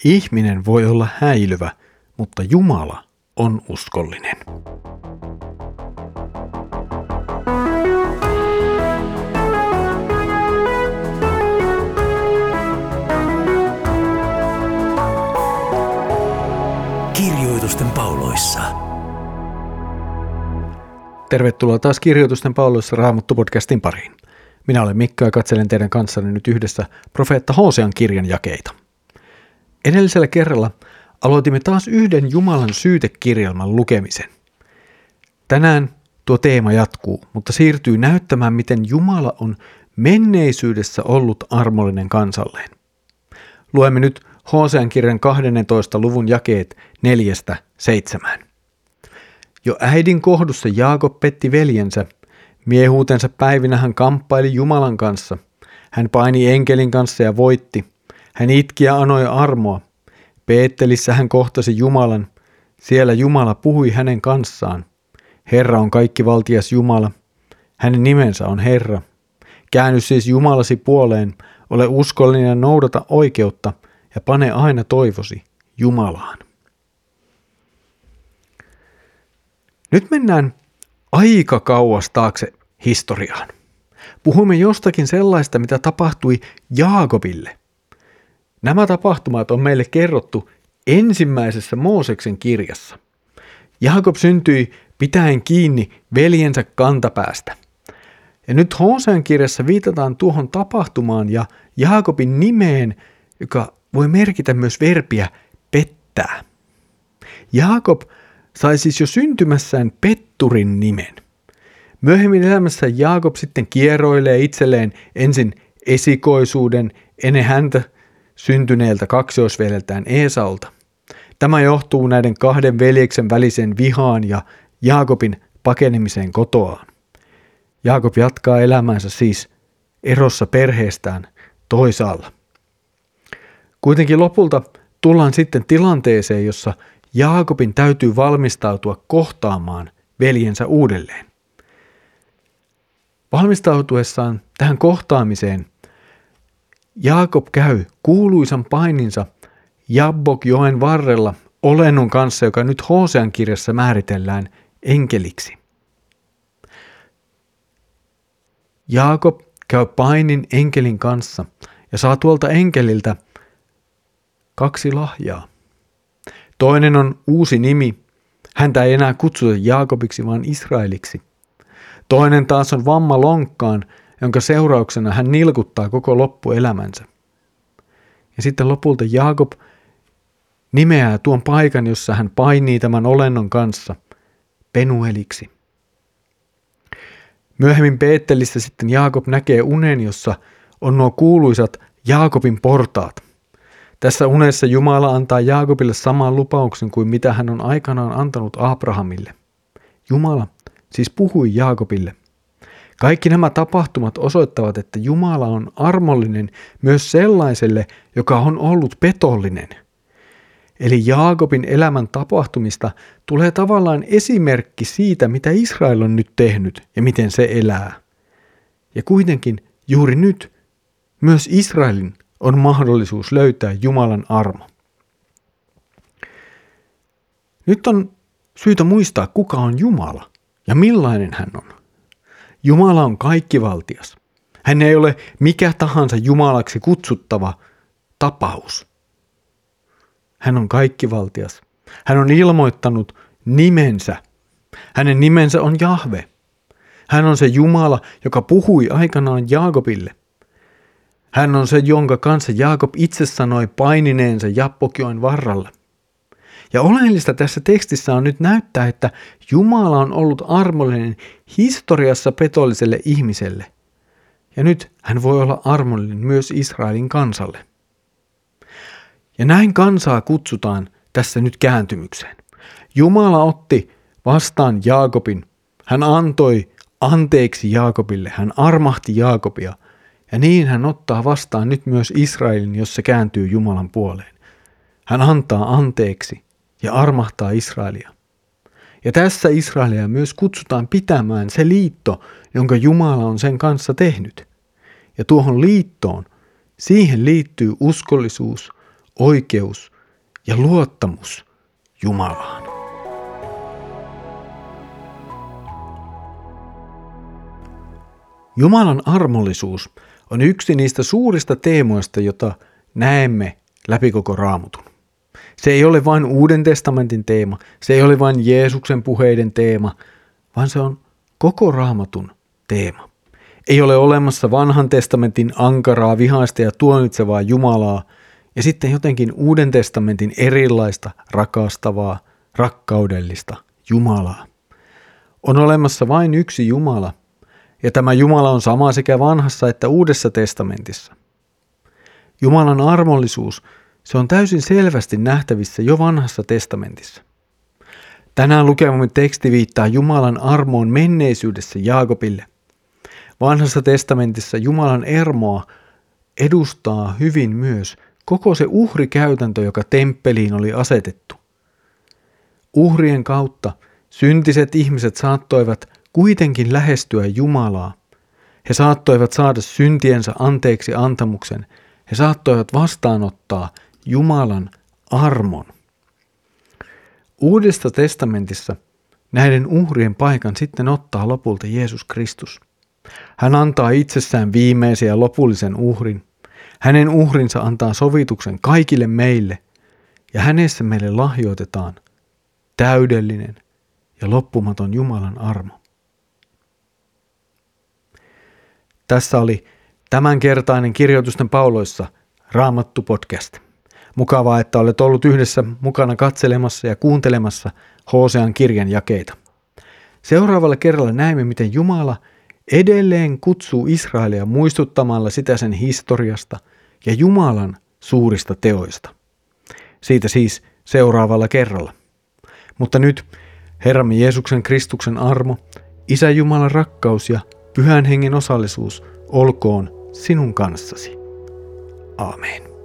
Ihminen voi olla häilyvä, mutta Jumala on uskollinen. Kirjoitusten pauloissa. Tervetuloa taas Kirjoitusten pauloissa Raamattu-podcastin pariin. Minä olen Mikko ja katselen teidän kanssanne nyt yhdessä profeetta Hosean kirjan jakeita. Edellisellä kerralla aloitimme taas yhden Jumalan syytekirjelmän lukemisen. Tänään tuo teema jatkuu, mutta siirtyy näyttämään, miten Jumala on menneisyydessä ollut armollinen kansalleen. Luemme nyt Hosean kirjan 12. luvun jakeet 4-7. Jo äidin kohdussa Jaakob petti veljensä. Miehuutensa päivinä hän kamppaili Jumalan kanssa. Hän paini enkelin kanssa ja voitti. Hän itki ja anoi armoa. Beettelissä hän kohtasi Jumalan. Siellä Jumala puhui hänen kanssaan. Herra on kaikkivaltias Jumala. Hänen nimensä on Herra. Käänny siis Jumalasi puoleen. Ole uskollinen ja noudata oikeutta ja pane aina toivosi Jumalaan. Nyt mennään aika kauas taakse historiaan. Puhumme jostakin sellaista, mitä tapahtui Jaakobille. Nämä tapahtumat on meille kerrottu ensimmäisessä Mooseksen kirjassa. Jaakob syntyi pitäen kiinni veljensä kantapäästä. Ja nyt Hosean kirjassa viitataan tuohon tapahtumaan ja Jaakobin nimeen, joka voi merkitä myös verbiä pettää. Jaakob sai siis jo syntymässään petturin nimen. Myöhemmin elämässä Jaakob sitten kieroilee itselleen ensin esikoisuuden ennen häntä syntyneeltä kaksoisveljeltään Eesaulta. Tämä johtuu näiden kahden veljeksen väliseen vihaan ja Jaakobin pakenemiseen kotoaan. Jaakob jatkaa elämänsä siis erossa perheestään toisaalla. Kuitenkin lopulta tullaan sitten tilanteeseen, jossa Jaakobin täytyy valmistautua kohtaamaan veljensä uudelleen. Valmistautuessaan tähän kohtaamiseen Jaakob käy kuuluisan paininsa Jabbokjoen varrella olennon kanssa, joka nyt Hosean kirjassa määritellään enkeliksi. Jaakob käy painin enkelin kanssa ja saa tuolta enkeliltä 2 lahjaa. Toinen on uusi nimi. Häntä ei enää kutsuta Jaakobiksi, vaan Israeliksi. Toinen taas on vamma lonkkaan, jonka seurauksena hän nilkuttaa koko loppuelämänsä. Ja sitten lopulta Jaakob nimeää tuon paikan, jossa hän painii tämän olennon kanssa, Penueliksi. Myöhemmin Beettelissä sitten Jaakob näkee unen, jossa on nuo kuuluisat Jaakobin portaat. Tässä unessa Jumala antaa Jaakobille saman lupauksen kuin mitä hän on aikanaan antanut Abrahamille. Jumala siis puhui Jaakobille. Kaikki nämä tapahtumat osoittavat, että Jumala on armollinen myös sellaiselle, joka on ollut petollinen. Eli Jaakobin elämän tapahtumista tulee tavallaan esimerkki siitä, mitä Israel on nyt tehnyt ja miten se elää. Ja kuitenkin juuri nyt myös Israelin on mahdollisuus löytää Jumalan armo. Nyt on syytä muistaa, kuka on Jumala ja millainen hän on. Jumala on kaikkivaltias. Hän ei ole mikä tahansa Jumalaksi kutsuttava tapaus. Hän on kaikkivaltias. Hän on ilmoittanut nimensä. Hänen nimensä on Jahve. Hän on se Jumala, joka puhui aikanaan Jaakobille. Hän on se, jonka kanssa Jaakob itse sanoi painineensa Jabbokjoen varrella. Ja oleellista tässä tekstissä on nyt näyttää, että Jumala on ollut armollinen historiassa petolliselle ihmiselle. Ja nyt hän voi olla armollinen myös Israelin kansalle. Ja näin kansaa kutsutaan tässä nyt kääntymykseen. Jumala otti vastaan Jaakobin. Hän antoi anteeksi Jaakobille. Hän armahti Jaakobia. Ja niin hän ottaa vastaan nyt myös Israelin, jos se kääntyy Jumalan puoleen. Hän antaa anteeksi ja armahtaa Israelia. Ja tässä Israelia myös kutsutaan pitämään se liitto, jonka Jumala on sen kanssa tehnyt. Ja tuohon liittoon, siihen liittyy uskollisuus, oikeus ja luottamus Jumalaan. Jumalan armollisuus on yksi niistä suurista teemoista, jota näemme läpi koko Raamatun. Se ei ole vain Uuden testamentin teema, se ei ole vain Jeesuksen puheiden teema, vaan se on koko Raamatun teema. Ei ole olemassa Vanhan testamentin ankaraa, vihaista ja tuomitsevaa Jumalaa ja sitten jotenkin Uuden testamentin erilaista, rakastavaa, rakkaudellista Jumalaa. On olemassa vain yksi Jumala, ja tämä Jumala on sama sekä Vanhassa että Uudessa testamentissa. Jumalan armollisuus, se on täysin selvästi nähtävissä jo Vanhassa testamentissa. Tänään lukemamme teksti viittaa Jumalan armoon menneisyydessä Jaakobille. Vanhassa testamentissa Jumalan armoa edustaa hyvin myös koko se uhrikäytäntö, joka temppeliin oli asetettu. Uhrien kautta syntiset ihmiset saattoivat kuitenkin lähestyä Jumalaa. He saattoivat saada syntiensä anteeksi antamuksen. He saattoivat vastaanottaa Jumalan armon. Uudessa testamentissa näiden uhrien paikan sitten ottaa lopulta Jeesus Kristus. Hän antaa itsessään viimeisen ja lopullisen uhrin. Hänen uhrinsa antaa sovituksen kaikille meille ja hänessä meille lahjoitetaan täydellinen ja loppumaton Jumalan armo. Tässä oli tämänkertainen Kirjoitusten pauloissa Raamattu podcast. Mukavaa, että olet ollut yhdessä mukana katselemassa ja kuuntelemassa Hosean kirjan jakeita. Seuraavalla kerralla näemme, miten Jumala edelleen kutsuu Israelia muistuttamalla sitä sen historiasta ja Jumalan suurista teoista. Siitä siis seuraavalla kerralla. Mutta nyt Herramme Jeesuksen Kristuksen armo, Isä Jumalan rakkaus ja Pyhän Hengen osallisuus olkoon sinun kanssasi. Aamen.